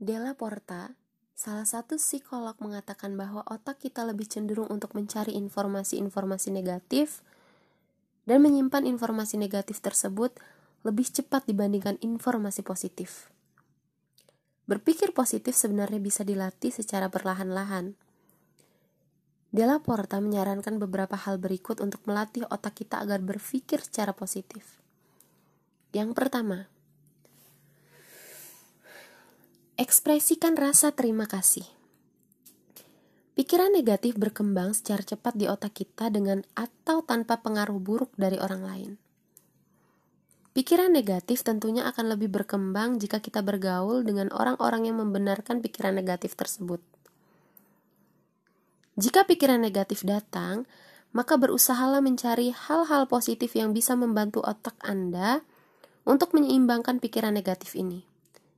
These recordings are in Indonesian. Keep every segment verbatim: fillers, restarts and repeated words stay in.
Della Porta, salah satu psikolog, mengatakan bahwa otak kita lebih cenderung untuk mencari informasi-informasi negatif dan menyimpan informasi negatif tersebut lebih cepat dibandingkan informasi positif. Berpikir positif sebenarnya bisa dilatih secara perlahan-lahan. Della Porta menyarankan beberapa hal berikut untuk melatih otak kita agar berpikir secara positif. Yang pertama, ekspresikan rasa terima kasih. Pikiran negatif berkembang secara cepat di otak kita dengan atau tanpa pengaruh buruk dari orang lain. Pikiran negatif tentunya akan lebih berkembang jika kita bergaul dengan orang-orang yang membenarkan pikiran negatif tersebut. Jika pikiran negatif datang, maka berusahalah mencari hal-hal positif yang bisa membantu otak Anda untuk menyeimbangkan pikiran negatif ini.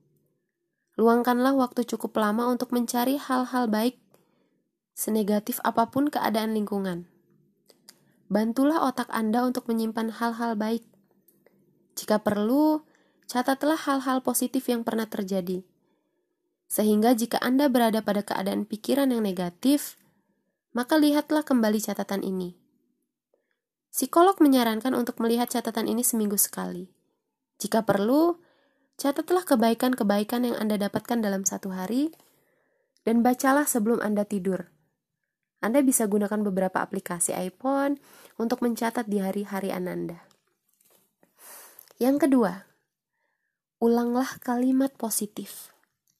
Luangkanlah waktu cukup lama untuk mencari hal-hal baik, senegatif apapun keadaan lingkungan. Bantulah otak Anda untuk menyimpan hal-hal baik. Jika perlu, catatlah hal-hal positif yang pernah terjadi. Sehingga jika Anda berada pada keadaan pikiran yang negatif, maka lihatlah kembali catatan ini. Psikolog menyarankan untuk melihat catatan ini seminggu sekali. Jika perlu, catatlah kebaikan-kebaikan yang Anda dapatkan dalam satu hari, dan bacalah sebelum Anda tidur. Anda bisa gunakan beberapa aplikasi iPhone untuk mencatat di hari-hari Anda. Yang kedua, ulanglah kalimat positif.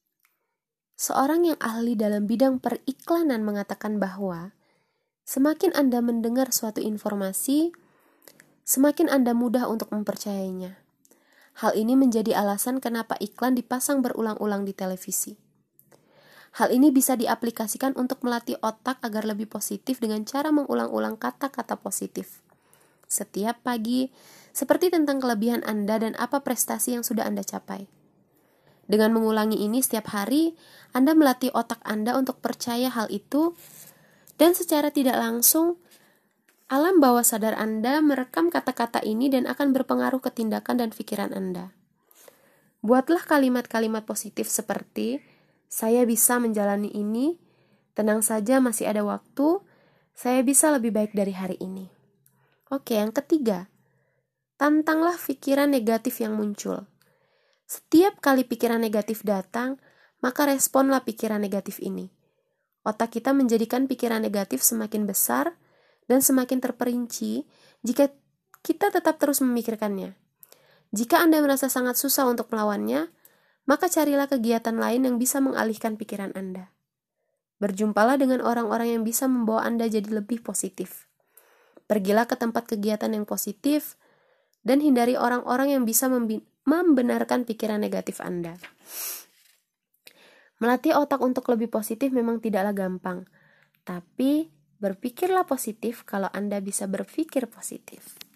Seorang yang ahli dalam bidang periklanan mengatakan bahwa semakin Anda mendengar suatu informasi, semakin Anda mudah untuk mempercayainya. Hal ini menjadi alasan kenapa iklan dipasang berulang-ulang di televisi. Hal ini bisa diaplikasikan untuk melatih otak agar lebih positif dengan cara mengulang-ulang kata-kata positif setiap pagi, seperti tentang kelebihan Anda dan apa prestasi yang sudah Anda capai. Dengan mengulangi ini setiap hari, Anda melatih otak Anda untuk percaya hal itu, dan secara tidak langsung, alam bawah sadar Anda merekam kata-kata ini dan akan berpengaruh ke tindakan dan pikiran Anda. Buatlah kalimat-kalimat positif seperti, saya bisa menjalani ini, tenang saja masih ada waktu, saya bisa lebih baik dari hari ini. Oke, yang ketiga, tantanglah pikiran negatif yang muncul. Setiap kali pikiran negatif datang, maka responlah pikiran negatif ini. Otak kita menjadikan pikiran negatif semakin besar dan semakin terperinci jika kita tetap terus memikirkannya. Jika Anda merasa sangat susah untuk melawannya, maka carilah kegiatan lain yang bisa mengalihkan pikiran Anda. Berjumpalah dengan orang-orang yang bisa membawa Anda jadi lebih positif. Pergilah ke tempat kegiatan yang positif dan hindari orang-orang yang bisa membenarkan pikiran negatif Anda. Melatih otak untuk lebih positif memang tidaklah gampang, tapi berpikirlah positif kalau Anda bisa berpikir positif.